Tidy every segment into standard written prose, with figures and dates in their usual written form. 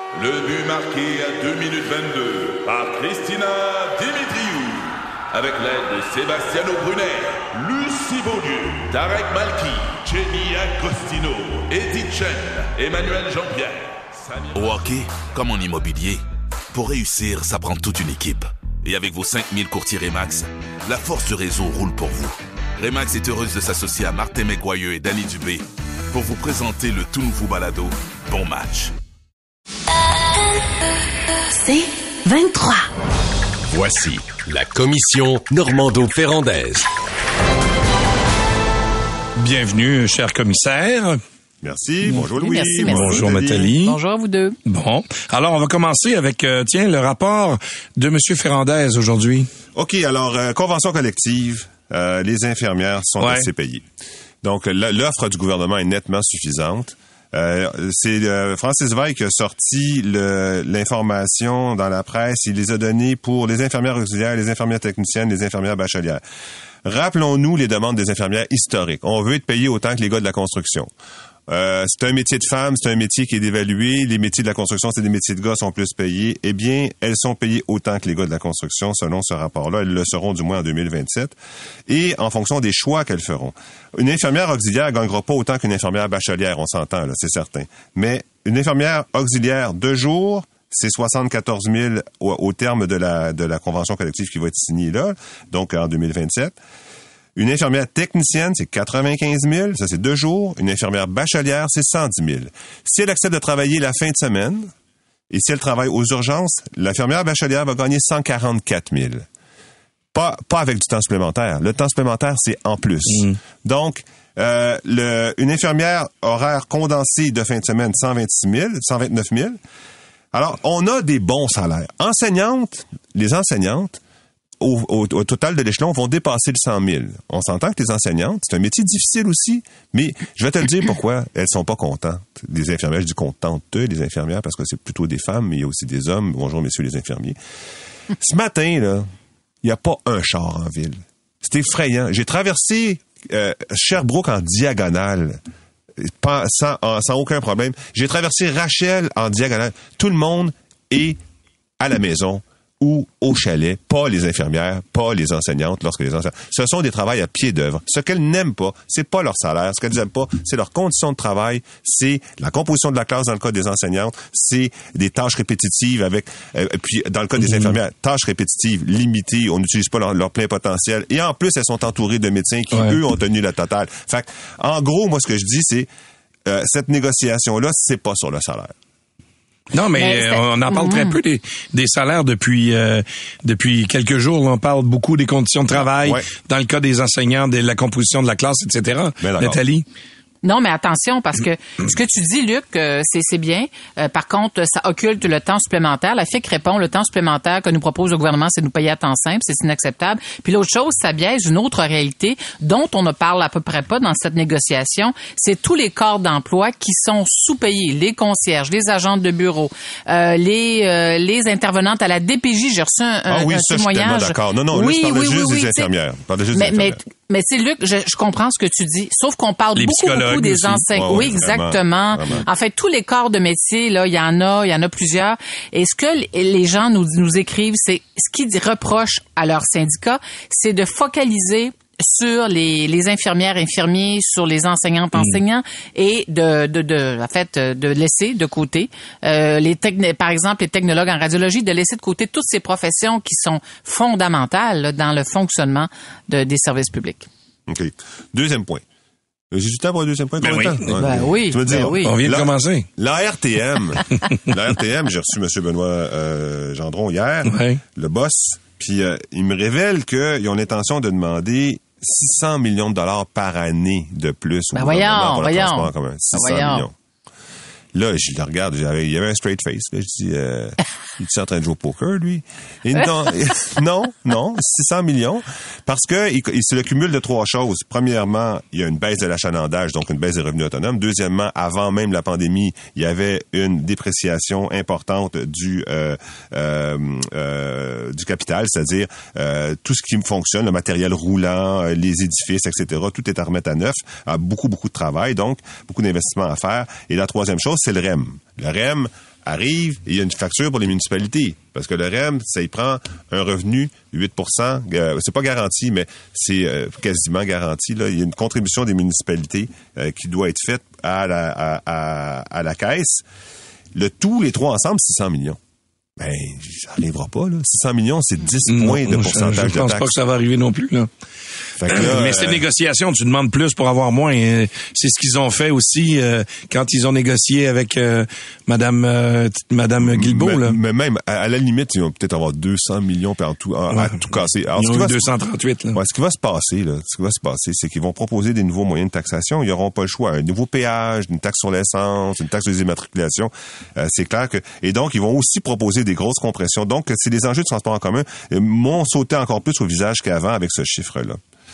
Le but marqué à 2 minutes 22 par Christina Dimitriou. Avec l'aide de Sebastiano Brunet, Lucie Beaulieu, Tarek Malki, Jenny Agostino, Edith Chen, Emmanuel Jean-Pierre. Au hockey, comme en immobilier, pour réussir, ça prend toute une équipe. Et avec vos 5000 courtiers Remax, la force du réseau roule pour vous. Remax est heureuse de s'associer à Martin McGuire et Danny Dubé pour vous présenter le tout nouveau balado Bon Match. C'est 23. Voici la commission Normando-Ferrandaise. Bienvenue, cher commissaire. Merci. Bonjour Louis. Merci. Bonjour Nathalie. Bonjour à vous deux. Bon. Alors, on va commencer avec, le rapport de M. Ferrandaise aujourd'hui. OK, alors, convention collective, les infirmières sont assez payées. Donc, l'offre du gouvernement est nettement suffisante. C'est Francis Veil qui a sorti l'information dans la presse. Il les a données pour les infirmières auxiliaires, les infirmières techniciennes, les infirmières bachelières. Rappelons-nous les demandes des infirmières historiques. On veut être payé autant que les gars de la construction. C'est un métier de femme, c'est un métier qui est dévalué. Les métiers de la construction, c'est des métiers de gars, sont plus payés. Eh bien, elles sont payées autant que les gars de la construction, selon ce rapport-là. Elles le seront du moins en 2027. Et en fonction des choix qu'elles feront. Une infirmière auxiliaire gagnera pas autant qu'une infirmière bachelière, on s'entend, là, c'est certain. Mais une infirmière auxiliaire de jour, c'est 74 000 au terme de la convention collective qui va être signée là, donc en 2027. Une infirmière technicienne, c'est 95 000, ça c'est 2 jours. Une infirmière bachelière, c'est 110 000. Si elle accepte de travailler la fin de semaine, et si elle travaille aux urgences, l'infirmière bachelière va gagner 144 000. Pas avec du temps supplémentaire. Le temps supplémentaire, c'est en plus. Donc, une infirmière horaire condensée de fin de semaine, 129 000. Alors, on a des bons salaires. Les enseignantes, au total de l'échelon, vont dépasser le 100 000. On s'entend que les enseignantes, c'est un métier difficile aussi, mais je vais te le dire pourquoi elles sont pas contentes. Les infirmières, je dis contentes, les infirmières, parce que c'est plutôt des femmes, mais il y a aussi des hommes. Bonjour, messieurs les infirmiers. Ce matin, là, il n'y a pas un char en ville. C'est effrayant. J'ai traversé Sherbrooke en diagonale, sans aucun problème. J'ai traversé Rachel en diagonale. Tout le monde est à la maison ou au chalet, pas les infirmières, pas les enseignantes, ce sont des travails à pied d'œuvre. Ce qu'elles n'aiment pas, c'est pas leur salaire. Ce qu'elles n'aiment pas, c'est leurs conditions de travail, c'est la composition de la classe dans le cas des enseignantes, c'est des tâches répétitives puis dans le cas des infirmières, tâches répétitives, limitées, on n'utilise pas leur plein potentiel. Et en plus, elles sont entourées de médecins qui, eux, ont tenu la totale. Fait en gros, moi, ce que je dis, c'est cette négociation-là, c'est pas sur le salaire. Non, mais on en parle très peu des salaires depuis quelques jours. On parle beaucoup des conditions de travail, dans le cas des enseignants, de la composition de la classe, etc. Nathalie? Non, mais attention, parce que ce que tu dis, Luc, c'est bien. Par contre, ça occulte le temps supplémentaire. La FIC répond, le temps supplémentaire que nous propose le gouvernement, c'est de nous payer à temps simple. C'est inacceptable. Puis l'autre chose, ça biaise une autre réalité dont on ne parle à peu près pas dans cette négociation. C'est tous les corps d'emploi qui sont sous-payés. Les concierges, les agentes de bureau, les intervenantes à la DPJ. J'ai reçu un témoignage. Je suis tellement d'accord. Non, je parlais juste des infirmières. Mais tu sais, Luc, je comprends ce que tu dis. Sauf qu'on parle beaucoup des enseignants. Oui, exactement. Vraiment. En fait, tous les corps de métier, là, il y en a plusieurs. Et ce que les gens nous écrivent, c'est ce qu'ils reprochent à leur syndicat, c'est de focaliser sur les infirmières, infirmiers, sur les enseignantes, enseignants, et de laisser de côté par exemple, les technologues en radiologie, de laisser de côté toutes ces professions qui sont fondamentales là, dans le fonctionnement des services publics. OK. Deuxième point. J'ai du temps pour le deuxième point? Oui. Tu me dis, on vient de commencer. La RTM, j'ai reçu M. Benoît Gendron hier, le boss, puis il me révèle qu'ils ont l'intention de demander 600 millions de dollars par année de plus au gouvernement pour le transport en commun. 600 millions. Là, je le regarde, il y avait un straight face. Là, je dis, il est en train de jouer au poker, lui? Et non, 600 millions. Parce que c'est le cumul de 3 choses. Premièrement, il y a une baisse de l'achalandage, donc une baisse des revenus autonomes. Deuxièmement, avant même la pandémie, il y avait une dépréciation importante du capital, c'est-à-dire tout ce qui fonctionne, le matériel roulant, les édifices, etc. Tout est à remettre à neuf. Beaucoup de travail, donc beaucoup d'investissements à faire. Et la troisième chose, c'est le REM. Le REM arrive et il y a une facture pour les municipalités. Parce que le REM, ça y prend un revenu de 8%. C'est pas garanti, mais c'est quasiment garanti. Là. Il y a une contribution des municipalités qui doit être faite à la caisse. Le tout, les trois ensemble, 600 millions. Ben, ça n'arrivera pas, là. 600 millions, c'est 10 points de pourcentage de taxe. Je pense pas que ça va arriver non plus, là. Mais c'est une négociation, tu demandes plus pour avoir moins. C'est ce qu'ils ont fait aussi quand ils ont négocié avec Madame Guilbeault, là. Mais même, à la limite, ils vont peut-être avoir 200 millions à tout casser. Alors, ils ont eu 238, là. Ouais, ce qui va se passer, c'est qu'ils vont proposer des nouveaux moyens de taxation. Ils n'auront pas le choix. Un nouveau péage, une taxe sur l'essence, une taxe sur les immatriculations. C'est clair que... Et donc, ils vont aussi proposer des grosses compressions. Donc, c'est des enjeux de transport en commun m'ont sauté encore plus au visage qu'avant avec ce chiffre-là.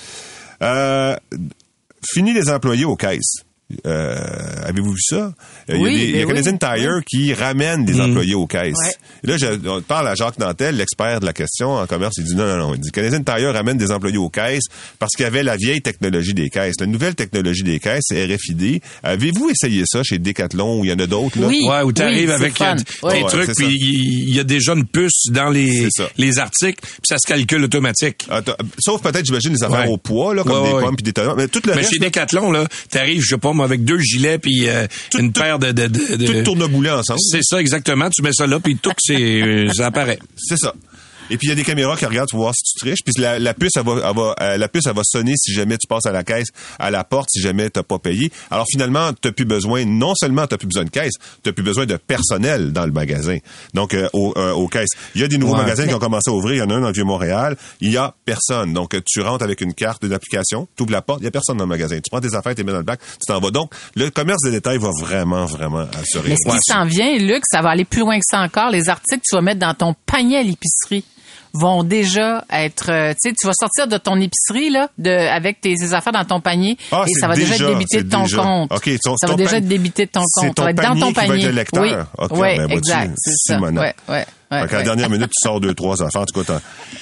Fini les employés aux caisses. Avez-vous vu ça? Il y a Canadian Tire qui ramène des employés aux caisses. Ouais. Et là, on parle à Jacques Nantel, l'expert de la question en commerce, il dit non. Il dit Canadian Tire ramène des employés aux caisses parce qu'il y avait la vieille technologie des caisses. La nouvelle technologie des caisses, c'est RFID. Avez-vous essayé ça chez Decathlon ou il y en a d'autres? Là? Oui. Ouais, où t'arrives avec tes trucs, puis il y a déjà une puce dans les articles, puis ça se calcule automatique. Sauf peut-être, j'imagine, les affaires au poids, là, comme des pommes puis des tomates. Mais tout le reste, chez Decathlon, là, t'arrives, je sais pas, avec 2 gilets puis une paire de tout tourne-boulet ensemble. C'est ça, exactement. Tu mets ça là, puis tout, ça apparaît. C'est ça. Et puis il y a des caméras qui regardent pour voir si tu triches. Puis la puce, elle va sonner si jamais tu passes à la caisse, à la porte si jamais t'as pas payé. Alors finalement, non seulement t'as plus besoin de caisse, t'as plus besoin de personnel dans le magasin. Donc aux caisses, il y a des nouveaux magasins qui ont commencé à ouvrir. Il y en a un dans le Vieux-Montréal. Il y a personne. Donc tu rentres avec une carte, une application, tu ouvres la porte, il y a personne dans le magasin. Tu prends tes affaires, tu les mets dans le bac, tu t'en vas. Donc le commerce de détail va vraiment se réunir. Mais ce qui s'en vient, Luc, ça va aller plus loin que ça encore. Les articles que tu vas mettre dans ton panier à l'épicerie vont déjà être, tu vas sortir de ton épicerie là, avec tes affaires dans ton panier et ça va déjà être débité de ton compte. Okay, ça va déjà être débité de ton compte. Ça va être dans ton panier. Qui va être le lecteur. Oui, okay, ouais, exact. C'est ça. Ouais. À la dernière minute, tu sors 2-3 affaires. En tout cas,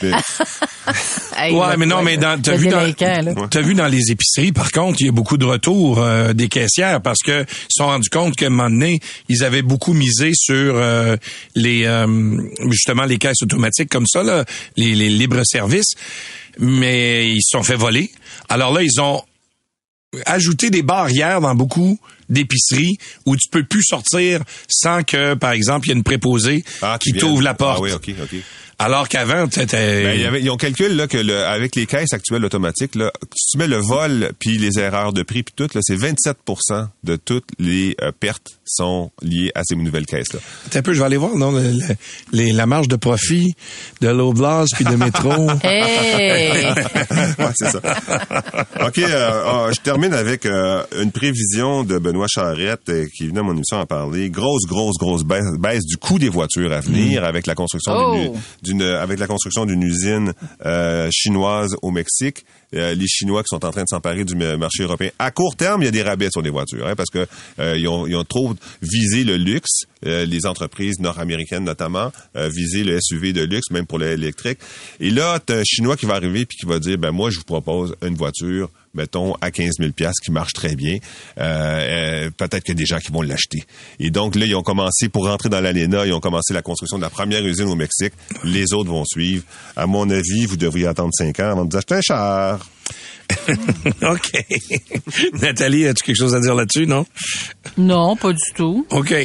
t'as vu dans les épiceries, par contre, il y a beaucoup de retours des caissières parce que ils se sont rendus compte qu'à un moment donné, ils avaient beaucoup misé sur justement les caisses automatiques comme ça, là, les libres-services, mais ils se sont fait voler. Alors là, ils ont ajouté des barrières dans beaucoup d'épiceries où tu peux plus sortir sans que, par exemple, il y ait une préposée qui t'ouvre la porte. Ah oui, OK. Alors qu'avant, ils ont calculé là, que avec les caisses actuelles automatiques, là, si tu mets le vol puis les erreurs de prix puis tout, là, c'est 27% de toutes les pertes sont liées à ces nouvelles caisses-là. Un peu, je vais aller voir la marge de profit de l'Oblast puis de Métro. Hey! Ouais, c'est ça. OK, je termine avec une prévision de Benoît Charette qui venait à mon émission en parler. Grosse baisse du coût des voitures à venir avec la construction d'une usine chinoise au Mexique. Les Chinois qui sont en train de s'emparer du marché européen. À court terme, il y a des rabais sur les voitures, parce que ils ont trop visé le luxe, les entreprises nord-américaines notamment, visé le SUV de luxe, même pour l'électrique. Et là, t'as un Chinois qui va arriver puis qui va dire, moi, je vous propose une voiture, mettons, à 15 000 $ qui marche très bien. Peut-être qu'il y a des gens qui vont l'acheter. Et donc, là, ils ont commencé, pour rentrer dans l'ALENA, ils ont commencé la construction de la première usine au Mexique. Les autres vont suivre. À mon avis, vous devriez attendre 5 ans avant de vous acheter un char. OK. Nathalie, as-tu quelque chose à dire là-dessus, non? Non, pas du tout. OK.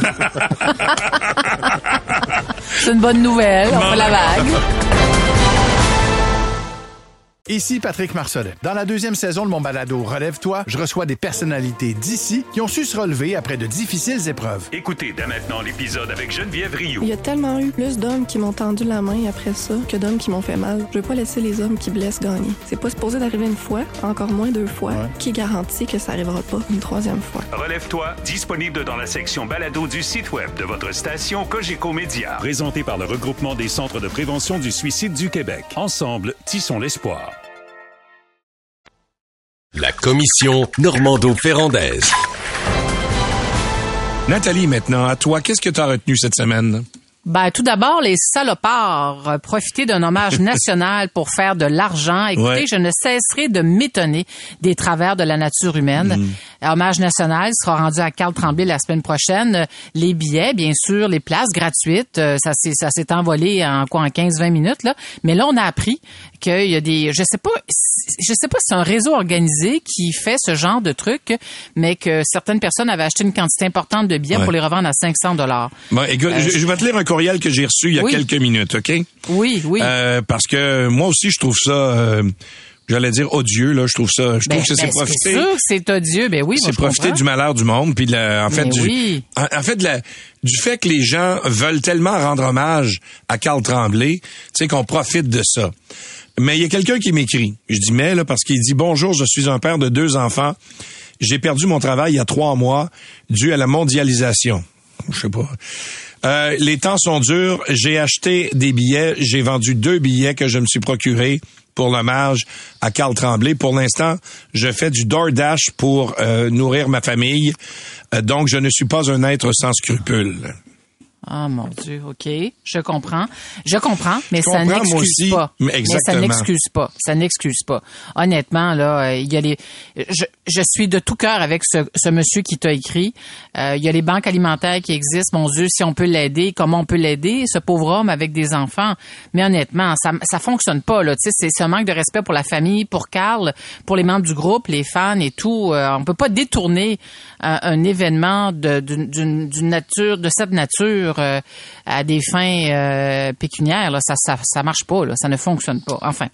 C'est une bonne nouvelle. On fait la vague. Ici Patrick Marcelet. Dans la 2e saison de mon balado Relève-toi, je reçois des personnalités d'ici qui ont su se relever après de difficiles épreuves. Écoutez dès maintenant l'épisode avec Geneviève Rioux. Il y a tellement eu plus d'hommes qui m'ont tendu la main après ça que d'hommes qui m'ont fait mal. Je veux pas laisser les hommes qui blessent gagner. C'est pas supposé d'arriver une fois, encore moins 2 fois. Ouais. Qui garantit que ça arrivera pas une 3e fois? Relève-toi, disponible dans la section balado du site web de votre station Cogeco Média. Présenté par le regroupement des centres de prévention du suicide du Québec. Ensemble, tissons l'espoir. La commission Normando-Ferrandaise. Nathalie, maintenant, à toi, qu'est-ce que tu as retenu cette semaine? Ben, tout d'abord, les salopards profitaient d'un hommage national pour faire de l'argent. Écoutez, je ne cesserai de m'étonner des travers de la nature humaine. Hommage national sera rendu à Carl Tremblay la semaine prochaine. Les billets, bien sûr, les places gratuites, ça s'est envolé en 15-20 minutes, là. Mais là, on a appris qu'il y a des, je sais pas si c'est un réseau organisé qui fait ce genre de truc, mais que certaines personnes avaient acheté une quantité importante de billets pour les revendre à $500. Bon, écoute, je vais te lire un courriel que j'ai reçu il y a quelques minutes, OK? Oui. Parce que moi aussi, je trouve ça, j'allais dire odieux, là. Je trouve que c'est profiter. C'est sûr que c'est odieux, ben oui. C'est profiter du malheur du monde, puis du fait que les gens veulent tellement rendre hommage à Carl Tremblay, tu sais, qu'on profite de ça. Mais il y a quelqu'un qui m'écrit. Je dis mais, là, parce qu'il dit « Bonjour, je suis un père de 2 enfants. J'ai perdu mon travail il y a 3 mois dû à la mondialisation. » Je sais pas. Les temps sont durs. J'ai acheté des billets. J'ai vendu 2 billets que je me suis procurés pour l'hommage à Carl Tremblay. Pour l'instant, je fais du DoorDash pour nourrir ma famille. Donc, je ne suis pas un être sans scrupules. Ah, mon Dieu, OK. Je comprends, mais ça n'excuse pas. Exactement. Ça n'excuse pas. Honnêtement, là, il y a je suis de tout cœur avec ce monsieur qui t'a écrit. Il y a les banques alimentaires qui existent. Mon Dieu, si on peut l'aider, comment on peut l'aider, ce pauvre homme avec des enfants. Mais honnêtement, ça fonctionne pas, là. Tu sais, c'est un manque de respect pour la famille, pour Carl, pour les membres du groupe, les fans et tout. On peut pas détourner un événement d'une nature, de cette nature, à des fins pécuniaires, là, ça marche pas, là, ça ne fonctionne pas. Enfin,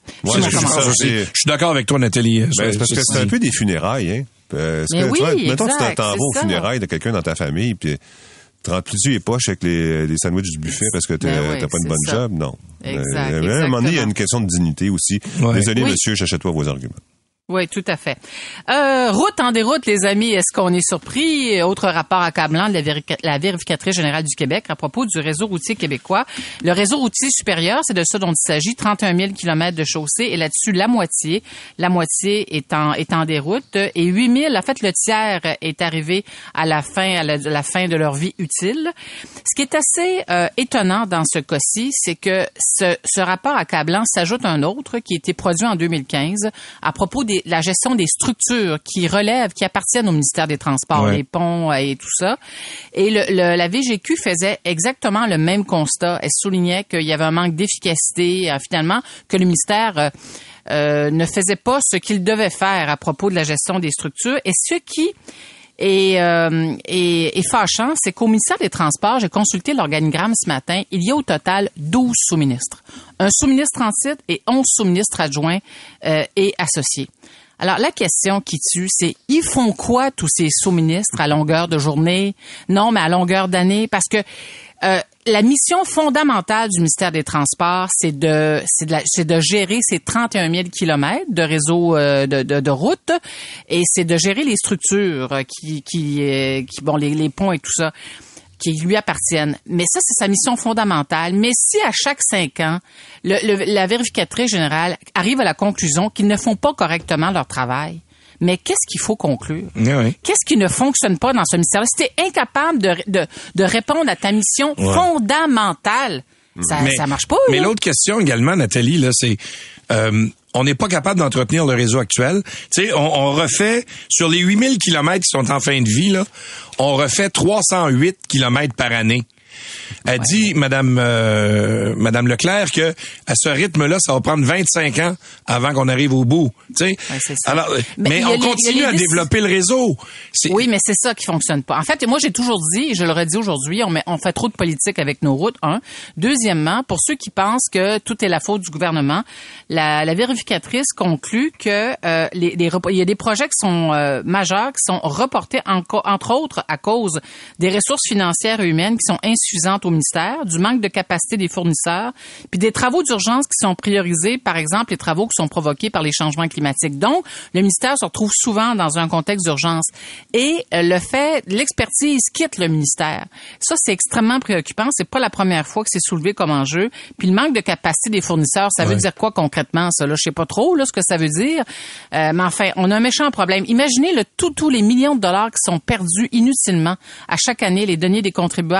je suis d'accord avec toi, Nathalie. Parce que c'est un peu des funérailles, hein. Mettons que tu t'en vas aux funérailles de quelqu'un dans ta famille, puis tu rentres plus les poches avec les sandwichs du buffet parce que t'as pas une bonne job, non. Exact. À un moment donné, il y a une question de dignité aussi. Désolé, monsieur, j'achète pas vos arguments. Oui, tout à fait. Route en déroute, les amis, est-ce qu'on est surpris? Autre rapport accablant de la vérificatrice générale du Québec à propos du réseau routier québécois. Le réseau routier supérieur, c'est de ça dont il s'agit, 31 000 kilomètres de chaussée, et là-dessus, la moitié est en déroute, et 8 000, en fait, le tiers est arrivé à la fin de leur vie utile. Ce qui est assez étonnant dans ce cas-ci, c'est que ce rapport accablant s'ajoute un autre qui a été produit en 2015 à propos de la gestion des structures qui appartiennent au ministère des Transports, les ponts et tout ça. Et la VGQ faisait exactement le même constat. Elle soulignait qu'il y avait un manque d'efficacité, finalement, que le ministère ne faisait pas ce qu'il devait faire à propos de la gestion des structures. Et ce qui est fâchant, c'est qu'au ministère des Transports, j'ai consulté l'organigramme ce matin, il y a au total 12 sous-ministres. Un sous-ministre en titre et 11 sous-ministres adjoints et associés. Alors, la question qui tue, c'est ils font quoi tous ces sous-ministres à longueur de journée? Non, mais à longueur d'année, parce que la mission fondamentale du ministère des Transports, c'est de gérer ces 31 000 kilomètres de réseau de routes, et c'est de gérer les structures les ponts et tout ça, qui lui appartiennent. Mais ça, c'est sa mission fondamentale. Mais si à chaque 5 ans, la vérificatrice générale arrive à la conclusion qu'ils ne font pas correctement leur travail, mais qu'est-ce qu'il faut conclure? Oui. Qu'est-ce qui ne fonctionne pas dans ce ministère-là? Si t'es incapable de répondre à ta mission fondamentale, ça marche pas. Mais l'autre question également, Nathalie, là, c'est on n'est pas capable d'entretenir le réseau actuel. Tu sais, on refait, sur les 8000 kilomètres qui sont en fin de vie, là, on refait 308 kilomètres par année. Elle dit, Madame Leclerc, que à ce rythme-là, ça va prendre 25 ans avant qu'on arrive au bout. Tu sais. C'est ça. Alors, mais on continue à développer le réseau. Oui, mais c'est ça qui fonctionne pas. En fait, moi, j'ai toujours dit, et je le redis aujourd'hui, on fait trop de politique avec nos routes, un. Deuxièmement, pour ceux qui pensent que tout est la faute du gouvernement, la vérificatrice conclut que il y a des projets qui sont majeurs, qui sont reportés entre autres à cause des ressources financières et humaines qui sont insuffisantes au ministère, du manque de capacité des fournisseurs, puis des travaux d'urgence qui sont priorisés, par exemple les travaux qui sont provoqués par les changements climatiques. Donc, le ministère se retrouve souvent dans un contexte d'urgence. Et l'expertise quitte le ministère. Ça, c'est extrêmement préoccupant. C'est pas la première fois que c'est soulevé comme enjeu. Puis le manque de capacité des fournisseurs, ça veut dire quoi concrètement, ça? Là, je sais pas trop ce que ça veut dire. Mais enfin, on a un méchant problème. Imaginez tous les millions de dollars qui sont perdus inutilement à chaque année, les deniers des contribuables, parce que ce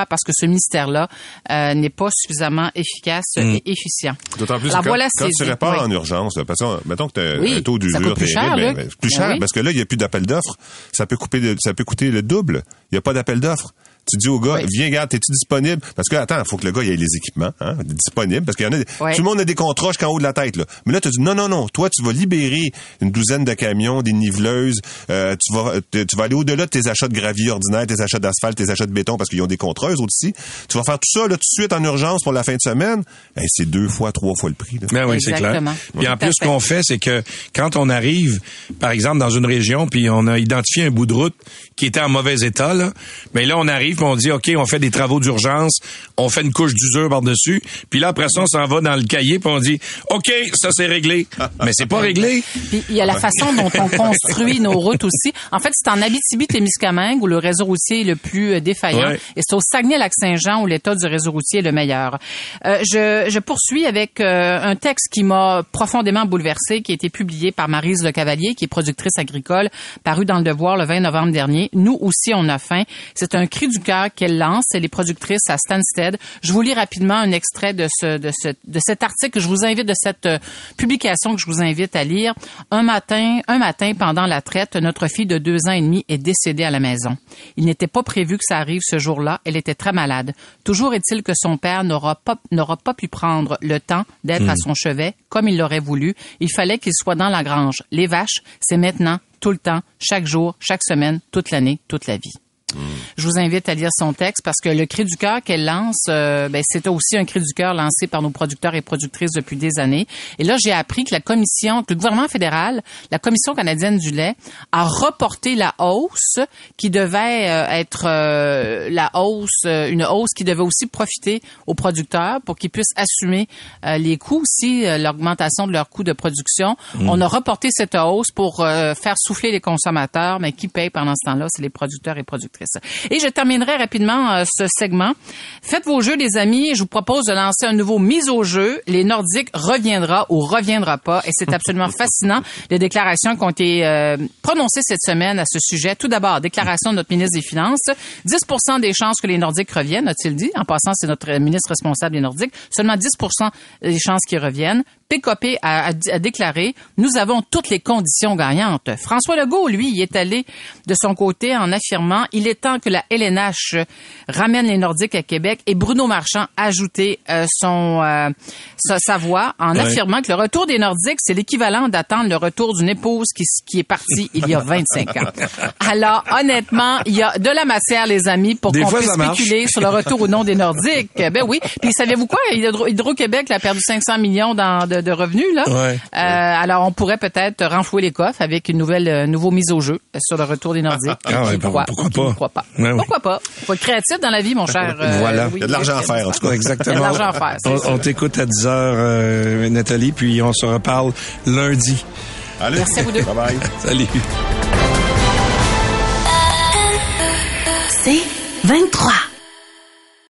ministère-là n'est pas suffisamment efficace et efficient. D'autant plus quand tu répares en urgence, là, parce que mettons que tu as un taux d'usure terrible, plus cher, parce que là, il n'y a plus d'appel d'offres. Ça peut coûter le double. Il n'y a pas d'appel d'offres. Tu dis au gars, viens, regarde, t'es-tu disponible? Parce que, attends, il faut que le gars ait les équipements, disponibles. Parce qu'il y en a, tout le monde a des contrats jusqu'en haut de la tête, là. Mais là, tu dis, non, toi, tu vas libérer une douzaine de camions, des niveleuses, tu vas aller au-delà de tes achats de gravier ordinaire, tes achats d'asphalte, tes achats de béton, parce qu'ils ont des contrats, eux aussi. Tu vas faire tout ça, là, tout de suite en urgence pour la fin de semaine. C'est 2 fois, 3 fois le prix, là. Ben oui, c'est clair. Puis en plus, ce qu'on fait, c'est que quand on arrive, par exemple, dans une région, puis on a identifié un bout de route qui était en mauvais état, là, mais là, on arrive, puis on dit, OK, on fait des travaux d'urgence, on fait une couche d'usure par-dessus, puis là, après ça, on s'en va dans le cahier, puis on dit, OK, ça, c'est réglé. Mais c'est pas réglé. Puis il y a la façon dont on construit nos routes aussi. En fait, c'est en Abitibi-Témiscamingue où le réseau routier est le plus défaillant. Ouais. Et c'est au Saguenay-Lac-Saint-Jean où l'état du réseau routier est le meilleur. Je poursuis avec un texte qui m'a profondément bouleversée, qui a été publié par Maryse Le Cavalier, qui est productrice agricole, paru dans Le Devoir le 20 novembre dernier. Nous aussi, on a faim. C'est un cri du cœur qu'elle lance. Elle est productrice à Stansted. Je vous lis rapidement un extrait de cet article. Je vous invite, de cette publication que je vous invite à lire. Un matin, pendant la traite, notre fille de 2 ans et demi est décédée à la maison. Il n'était pas prévu que ça arrive ce jour-là. Elle était très malade. Toujours est-il que son père n'aura pas pu prendre le temps d'être à son chevet comme il l'aurait voulu. Il fallait qu'il soit dans la grange. Les vaches, c'est maintenant, tout le temps, chaque jour, chaque semaine, toute l'année, toute la vie. Je vous invite à lire son texte parce que le cri du cœur qu'elle lance, c'est aussi un cri du cœur lancé par nos producteurs et productrices depuis des années. Et là, j'ai appris que le gouvernement fédéral, la Commission canadienne du lait, a reporté la hausse qui devait être une hausse qui devait aussi profiter aux producteurs pour qu'ils puissent assumer les coûts aussi, l'augmentation de leurs coûts de production. On a reporté cette hausse pour faire souffler les consommateurs, mais qui paye pendant ce temps-là, c'est les producteurs et productrices. Et je terminerai rapidement ce segment. Faites vos jeux, les amis. Je vous propose de lancer un nouveau mise au jeu. Les Nordiques reviendra ou reviendra pas. Et c'est absolument fascinant, les déclarations qui ont été prononcées cette semaine à ce sujet. Tout d'abord, déclaration de notre ministre des Finances. 10% des chances que les Nordiques reviennent, a-t-il dit. En passant, c'est notre ministre responsable des Nordiques. Seulement 10% des chances qu'ils reviennent. PKP a déclaré « Nous avons toutes les conditions gagnantes ». François Legault, lui, y est allé de son côté en affirmant « Il est temps que la LNH ramène les Nordiques à Québec » et Bruno Marchand a ajouté sa voix en affirmant que le retour des Nordiques, c'est l'équivalent d'attendre le retour d'une épouse qui est partie il y a 25 ans. Alors, honnêtement, il y a de la matière, les amis, pour qu'on puisse spéculer sur le retour ou non des Nordiques. Ben oui. Puis savez-vous quoi? Hydro-Québec a perdu 500 millions de revenus, là. Ouais. Alors, on pourrait peut-être renflouer les coffres avec une nouveau mise au jeu sur le retour des Nordiques. Pourquoi pas? Ouais, pourquoi pas? Faut être créatif dans la vie, mon cher. Voilà. Il y a de l'argent à faire, en tout cas. Exactement. Il y a de l'argent à faire. On t'écoute à 10h, Nathalie, puis on se reparle lundi. Allez. Merci à vous deux. Bye bye. Salut. C'est 23.